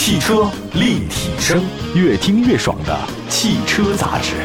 汽车立体声，越听越爽的汽车杂志。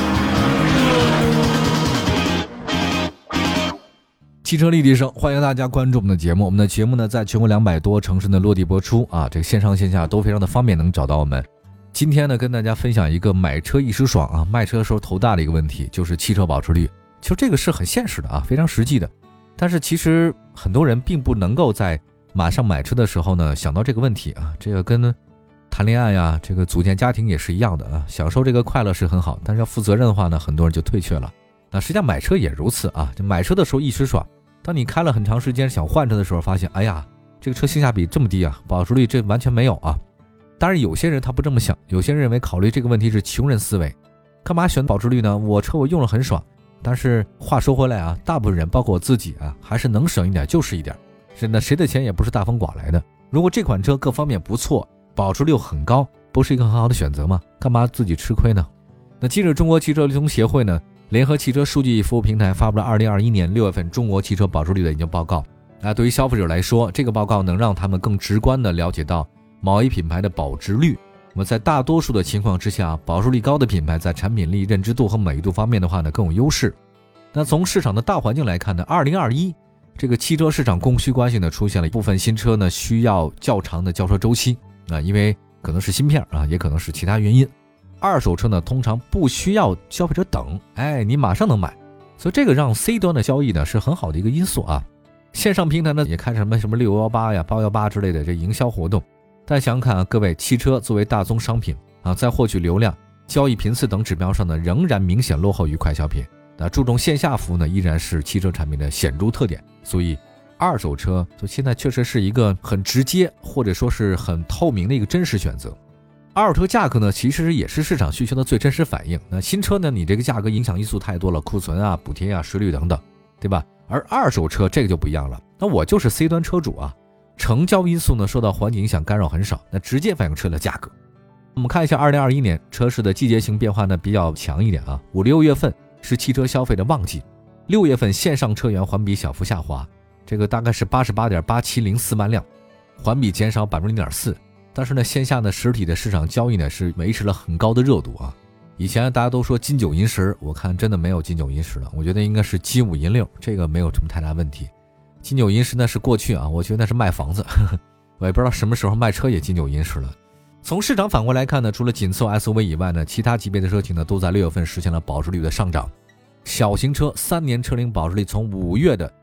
汽车立体声，欢迎大家关注我们的节目。我们的节目呢，在全国200多城市的落地播出啊，这个线上线下都非常的方便，能找到我们。今天呢，跟大家分享一个买车一时爽啊，卖车的时候头大的一个问题，就是汽车保值率。其实这个是很现实的啊，非常实际的。但是其实很多人并不能够在马上买车的时候呢想到这个问题啊，这个跟谈恋爱呀，这个组建家庭也是一样的啊，享受这个快乐是很好，但是要负责任的话呢，很多人就退却了。那实际上买车也如此啊，就买车的时候一时爽，当你开了很长时间想换车的时候，发现哎呀，这个车性价比这么低啊，保值率这完全没有啊。当然有些人他不这么想，有些人认为考虑这个问题是穷人思维，干嘛选保值率呢？我车我用了很爽。但是话说回来啊，大部分人包括我自己啊，还是能省一点就是一点，是那谁的钱也不是大风刮来的。如果这款车各方面不错，保值率很高，不是一个很好的选择吗？干嘛自己吃亏呢？那近日中国汽车流通协会呢，联合汽车数据服务平台发布了2021年6月份中国汽车保值率的研究报告。对于消费者来说，这个报告能让他们更直观地了解到某一品牌的保值率。那么在大多数的情况之下，保值率高的品牌在产品力、认知度和美誉度方面的话呢更有优势。那从市场的大环境来看呢，2021这个汽车市场供需关系呢出现了一部分新车呢需要较长的交车周期啊，因为可能是芯片啊，也可能是其他原因。二手车呢通常不需要消费者等，你马上能买，所以这个让 C 端的交易呢是很好的一个因素啊。线上平台呢也开什么618呀、818之类的这营销活动。大家想想看啊，各位，汽车作为大宗商品啊，在获取流量、交易频次等指标上呢，仍然明显落后于快消品。那注重线下服务呢，依然是汽车产品的显著特点。所以，二手车就现在确实是一个很直接或者说是很透明的一个真实选择。二手车价格呢，其实也是市场需求的最真实反应。那新车呢，你这个价格影响因素太多了，库存啊、补贴啊、税率等等，对吧？而二手车这个就不一样了。那我就是 C 端车主啊。成交因素呢受到环境影响干扰很少，那直接反映车的价格。我们看一下2021年车市的季节性变化呢比较强一点啊，5、6月份是汽车消费的旺季，6月份线上车源环比小幅下滑，这个大概是88.8704万辆，环比减少 0.4%。但是呢线下呢实体的市场交易呢是维持了很高的热度啊。以前大家都说金九银十，我看真的没有金九银十了，我觉得应该是金五银六，这个没有什么太大问题。金九银十那是过去啊，我觉得那是卖房子，我也不知道什么时候卖车也金九银十了。从市场反过来看呢，除了紧凑 SUV 以外呢，其他级别的车型呢都在6月份实现了保值率的上涨。小型车3年车龄保值率从5月的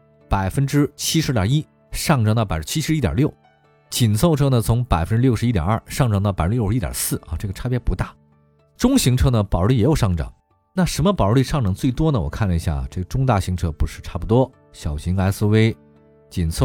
70.1% 上涨到 71.6%， 紧凑车呢从 61.2% 上涨到 61.4% 啊，这个差别不大。中型车呢保值率也有上涨。那什么保值率上涨最多呢？我看了一下，这个中大型车不是差不多，小型 SUV、紧凑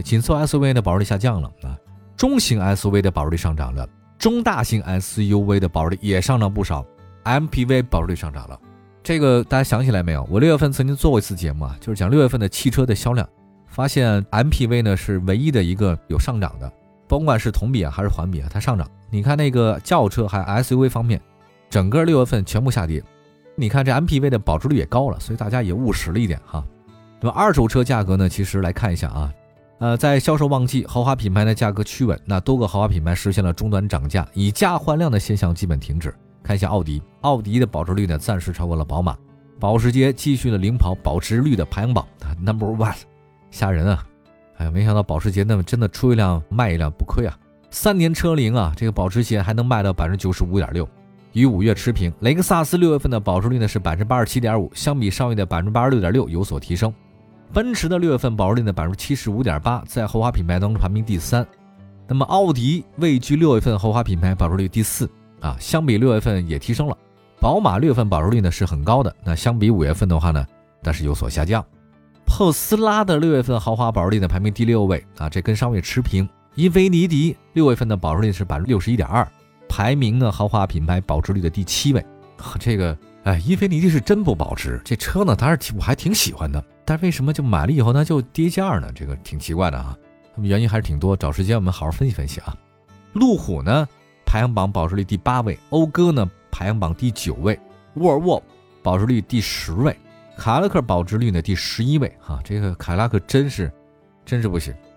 SUV 的保值率下降了啊，中型 SUV 的保值率上涨了，中大型 SUV 的保值率也上涨不少， MPV 保值率上涨了。这个大家想起来没有？我6月份曾经做过一次节目啊，就是讲6月份的汽车的销量，发现 MPV 呢是唯一的一个有上涨的，甭管是同比啊还是环比啊，它上涨。你看那个轿车还有 SUV 方面，整个6月份全部下跌。你看这 MPV 的保值率也高了，所以大家也务实了一点哈。那么二手车价格呢，其实来看一下啊，在销售旺季，豪华品牌的价格趋稳，那多个豪华品牌实现了终端涨价，以价换量的现象基本停止。看一下奥迪，奥迪的保值率呢暂时超过了宝马，保时捷继续了领跑保值率的排行榜 No.1， 吓人啊！没想到保时捷那么真的出一辆卖一辆不亏啊，3年车龄啊，这个保时捷还能卖到 95.6%。与5月持平。雷克萨斯6月份的保值率呢是 87.5%， 相比上月的 86.6% 有所提升。奔驰的6月份保值率呢 75.8%， 在豪华品牌当中排名第3。那么奥迪位居6月份豪华品牌保值率第4啊，相比6月份也提升了。宝马6月份保值率呢是很高的，那相比5月份的话呢，但是有所下降。特斯拉的6月份豪华保值率呢排名第6位啊，这跟上月持平。英菲尼迪6月份的保值率是 61.2%。排名呢豪华品牌保值率的第7位。这个英菲尼迪是真不保值，这车呢当然我还挺喜欢的，但是为什么就买了以后呢就跌价呢？这个挺奇怪的啊，他们原因还是挺多，找时间我们好好分析分析啊。路虎呢排行榜保值率第8位，讴歌呢排行榜第9位，沃尔沃保值率第10位，凯迪拉克保值率呢第11位这个凯迪拉克真是不行。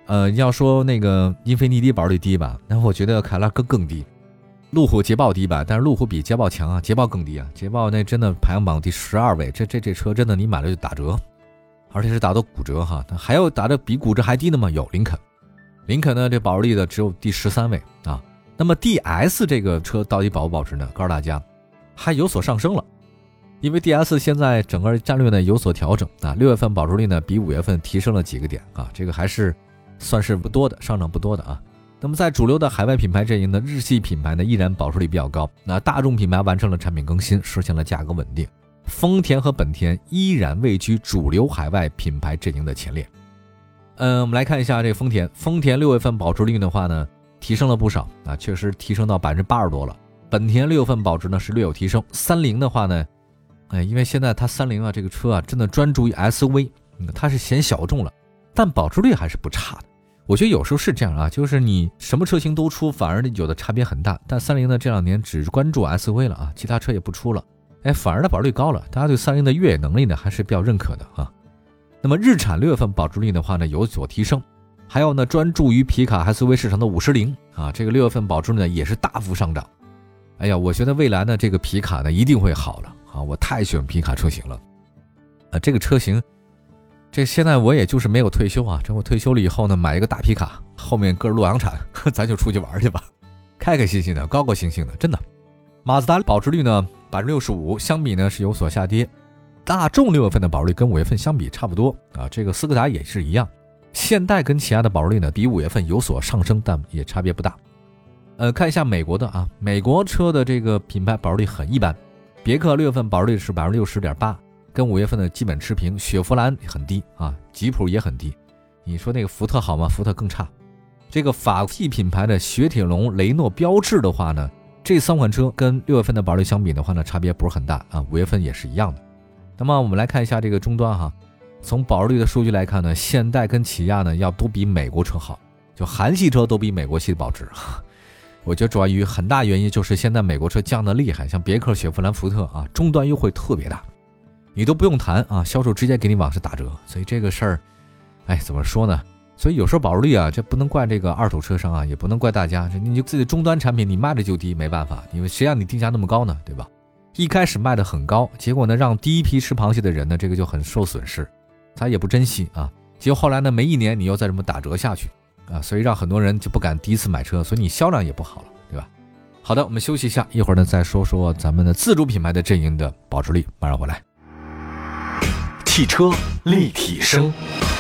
要说那个英菲尼迪保值率低吧，那我觉得凯迪拉克更低。路虎、捷豹低吧，但是路虎比捷豹强啊，捷豹更低啊。捷豹那真的排行榜第12位，这车真的你买了就打折，而且是打到骨折哈。还有打的比骨折还低的吗？有林肯呢，这保值率的只有第13位啊。那么 DS 这个车到底保不保值呢？告诉大家，还有所上升了，因为 DS 现在整个战略呢有所调整啊。6月份保值率呢比5月份提升了几个点啊，这个还是算是不多的，上涨不多的啊。那么在主流的海外品牌阵营呢，日系品牌呢依然保值率比较高。那大众品牌完成了产品更新，实现了价格稳定。丰田和本田依然位居主流海外品牌阵营的前列。我们来看一下这个丰田6月份保值率的话呢，提升了不少啊，确实提升到80%多了。本田6月份保值呢是略有提升。三菱的话呢，因为现在它三菱啊这个车啊真的专注于 SUV，它是嫌小众了，但保值率还是不差的。我觉得有时候是这样啊，就是你什么车型都出，反而有的差别很大。但三菱呢这2年只关注 SUV 了啊，其他车也不出了，反而的保值率高了，大家对三菱的越野能力呢还是比较认可的啊。那么日产6月份保值率的话呢有所提升，还有呢专注于皮卡 SUV 市场的50啊，这个6月份保值率呢也是大幅上涨。我觉得未来呢这个皮卡呢一定会好了啊，我太喜欢皮卡车型了啊，这个车型。这现在我也就是没有退休啊，等我退休了以后呢，买一个大皮卡，后面搁着洛阳铲，咱就出去玩去吧，开开心心的，高高兴兴的，真的。马自达保值率呢65%，相比呢是有所下跌。大众6月份的保值率跟5月份相比差不多啊，这个斯柯达也是一样。现代跟起亚的保值率呢比5月份有所上升，但也差别不大。看一下美国的啊，美国车的这个品牌保值率很一般，别克6月份保值率是60.8%。跟5月份的基本持平。雪佛兰很低啊，吉普也很低。你说那个福特好吗？福特更差。这个法系品牌的雪铁龙、雷诺、标致的话呢，这3款车跟6月份的保值率相比的话呢，差别不是很大啊，5月份也是一样的。那么我们来看一下这个终端哈，从保值率的数据来看呢，现代跟起亚呢要都比美国车好，就韩系车都比美国系保值。我觉得主要于很大原因就是现在美国车降得厉害，像别克、雪佛兰、福特啊，终端优惠特别大。你都不用谈啊，销售直接给你往上打折，所以这个事儿，怎么说呢？所以有时候保值率啊，这不能怪这个二手车商啊，也不能怪大家，你就自己终端产品你卖的就低，没办法，因为谁让你定价那么高呢，对吧？一开始卖的很高，结果呢，让第一批吃螃蟹的人呢，这个就很受损失，他也不珍惜啊。结果后来呢，没1年你又再这么打折下去啊，所以让很多人就不敢第一次买车，所以你销量也不好了，对吧？好的，我们休息一下，一会儿呢再说说咱们的自主品牌的阵营的保值率，马上回来。 汽车立体声，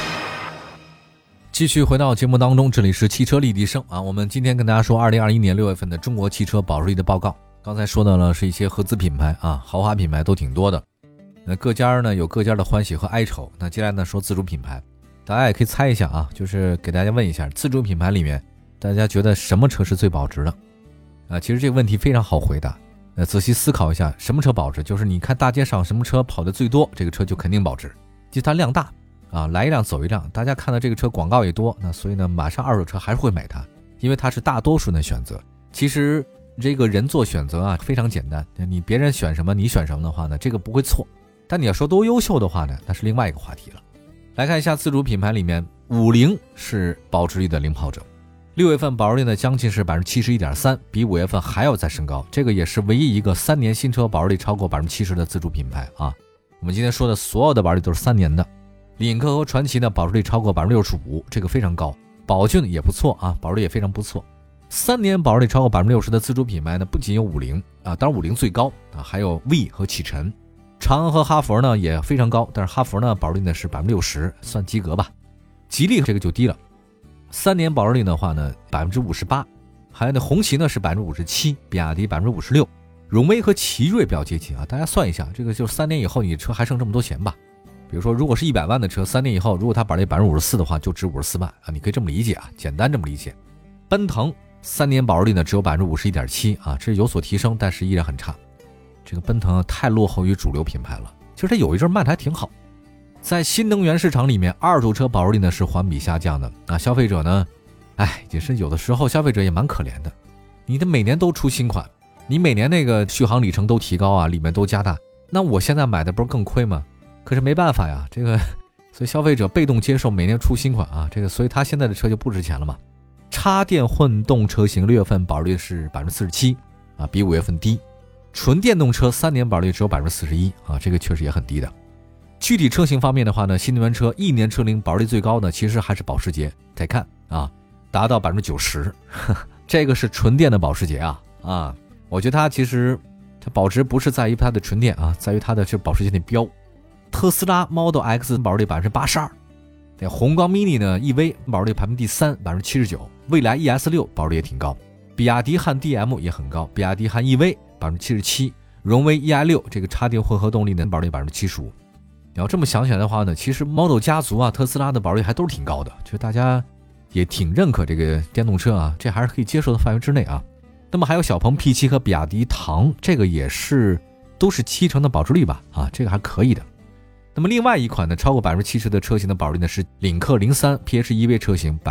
继续回到节目当中，这里是汽车立体声啊。我们今天跟大家说2021年6月份的中国汽车保值率的报告。刚才说到了是一些合资品牌啊，豪华品牌都挺多的。那各家呢有各家的欢喜和哀愁。那接下来呢说自主品牌，大家也可以猜一下啊，就是给大家问一下，自主品牌里面大家觉得什么车是最保值的啊？其实这个问题非常好回答。仔细思考一下，什么车保值？就是你看大街上什么车跑的最多，这个车就肯定保值。就它量大啊，来一辆走一辆，大家看到这个车广告也多，那所以呢，马上二手车还是会买它，因为它是大多数人的选择。其实这个人做选择啊非常简单，你别人选什么你选什么的话呢，这个不会错。但你要说多优秀的话呢，那是另外一个话题了。来看一下自主品牌里面，50是保值率的领跑者。6月份保值率呢将近是 71.3%， 比5月份还要再升高，这个也是唯一一个3年新车保值率超过 70% 的自主品牌啊。我们今天说的所有的保值率都是3年的。领克和传祺呢保值率超过 65%， 这个非常高。宝骏也不错啊，保值率也非常不错。3年保值率超过 60% 的自主品牌呢，不仅有50啊，当然50最高啊，还有 V 和启辰。长安和哈弗呢也非常高，但是哈弗呢保值率呢是 60%， 算及格吧。吉利这个就低了。3年保值率的话呢 58%， 还有那红旗呢是 57%， 比亚迪 56%， 荣威和奇瑞比较接近啊，大家算一下，这个就是3年以后你车还剩这么多钱吧。比如说如果是100万的车，3年以后如果它保值率 54% 的话，就值54万啊，你可以这么理解啊，简单这么理解。奔腾3年保值率呢只有 51.7% 啊，这是有所提升，但是依然很差。这个奔腾太落后于主流品牌了，其实它有一阵卖的还挺好。在新能源市场里面，二手车保值率呢是环比下降的啊，消费者呢，也是有的时候消费者也蛮可怜的。你的每年都出新款，你每年那个续航里程都提高啊，里面都加大，那我现在买的不是更亏吗？可是没办法呀，这个所以消费者被动接受每年出新款啊，这个所以它现在的车就不值钱了嘛。插电混动车型6月份保值率是 47%啊，比5月份低。纯电动车3年保值率只有 41% 啊，这个确实也很低的。具体车型方面的话呢，新能源车1年车龄保值率最高呢，其实还是保时捷Taycan啊，达到 90%， 这个是纯电的保时捷啊，我觉得它其实它保值不是在于它的纯电啊，在于它的是保时捷的标。特斯拉 Model X 保值率 82%， 宏光 mini 呢 EV 保值率第3 79%， 蔚来 ES6 保值率也挺高，比亚迪汉 DM 也很高，比亚迪汉 EV 77%， 荣威 EI6 这个插电混合动力的保值率 75%。 你要这么想起来的话呢，其实 Model 家族啊，特斯拉的保值率还都是挺高的，就是大家也挺认可这个电动车啊，这还是可以接受的范围之内啊。那么还有小鹏 P7 和比亚迪唐，这个也是都是70%的保值率吧啊，这个还可以的。那么另外一款呢，超过 70% 的车型的保值率呢是领克03 PHEV 车型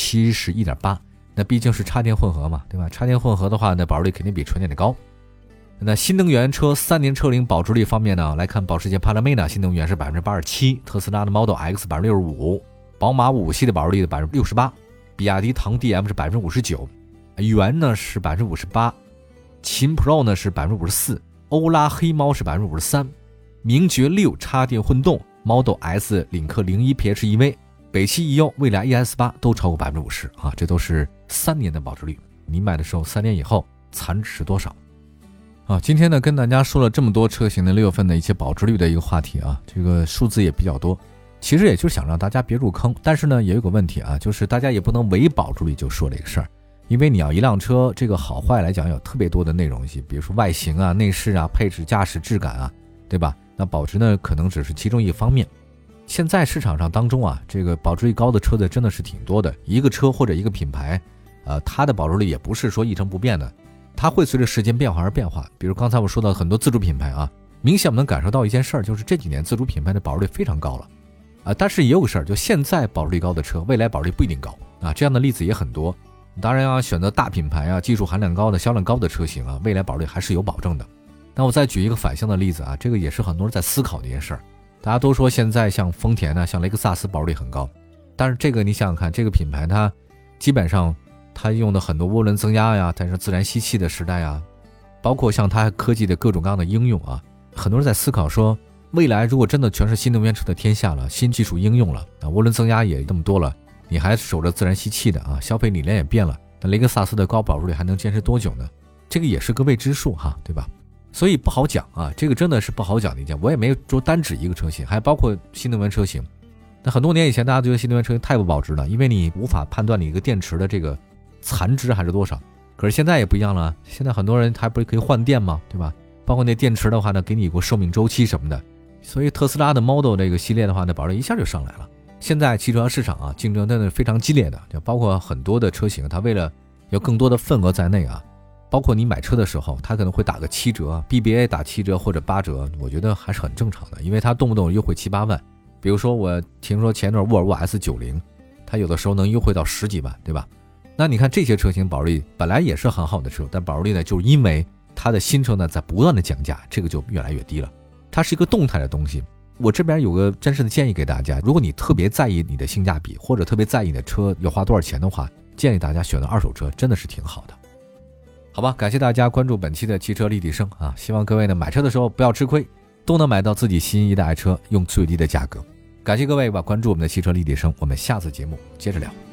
71.8%， 那毕竟是插电混合嘛，对吧？插电混合的话呢，保值率肯定比纯电的高。那新能源车3年车龄保值率方面呢，来看保时捷 Panamera 新能源是 87%， 特斯拉的 Model X 65%， 宝马5系的保值率 68%， 比亚迪唐 DM 是 59%， 元呢是 58%， 秦 Pro 呢是 54%， 欧拉黑猫是 53%， 名爵6插电混动 Model S 领克01 PHEV， 北汽 E-U 蔚来 ES8 都超过 50% 啊，这都是3年的保值率。你买的时候3年以后残值是多少啊？今天呢跟大家说了这么多车型的6月份的一些保值率的一个话题啊，这个数字也比较多，其实也就是想让大家别入坑。但是呢也有个问题啊，就是大家也不能唯保值率就说这个事儿，因为你要一辆车这个好坏来讲有特别多的内容性，比如说外形啊、内饰啊、配置、驾驶质感啊，对吧？那保值呢可能只是其中一方面。现在市场上当中啊，这个保值率高的车子真的是挺多的，一个车或者一个品牌它的保值率也不是说一成不变的，它会随着时间变化而变化。比如刚才我说到很多自主品牌啊，明显我们能感受到一件事儿，就是这几年自主品牌的保值率非常高了但是也有个事儿，就现在保值率高的车未来保值率不一定高啊，这样的例子也很多。当然要选择大品牌啊，技术含量高的、销量高的车型啊，未来保值率还是有保证的。那我再举一个反向的例子啊，这个也是很多人在思考的一件事儿。大家都说现在像丰田啊、像雷克萨斯保值率很高，但是这个你想想看，这个品牌它基本上它用的很多涡轮增压呀，但是自然吸气的时代啊，包括像它科技的各种各样的应用啊，很多人在思考说，未来如果真的全是新能源车的天下了，新技术应用了涡轮增压也这么多了，你还守着自然吸气的消费理念也变了，那雷克萨斯的高保值率还能坚持多久呢？这个也是个未知数对吧？所以不好讲这个真的是不好讲的一件。我也没有说单指一个车型，还包括新能源车型。那很多年以前大家觉得新能源车型太不保值了，因为你无法判断你一个电池的这个残值还是多少。可是现在也不一样了，现在很多人还不是可以换电吗？对吧？包括那电池的话呢，给你一个寿命周期什么的。所以特斯拉的 Model 这个系列的话呢，保值一下就上来了。现在汽车市场竞争真的非常激烈的，就包括很多的车型，它为了有更多的份额在内包括你买车的时候，它可能会打个7折 BBA 打7折或者8折，我觉得还是很正常的，因为它动不动优惠7、8万。比如说我听说前一段沃尔沃 S90， 它有的时候能优惠到10几万，对吧？那你看这些车型保值率本来也是很好的车，但保值率呢，就是因为它的新车呢在不断的降价，这个就越来越低了。它是一个动态的东西。我这边有个真实的建议给大家，如果你特别在意你的性价比，或者特别在意你的车要花多少钱的话，建议大家选择二手车，真的是挺好的。好吧，感谢大家关注本期的汽车立体声希望各位呢买车的时候不要吃亏，都能买到自己心仪的爱车，用最低的价格。感谢各位关注我们的汽车立体声，我们下次节目接着聊。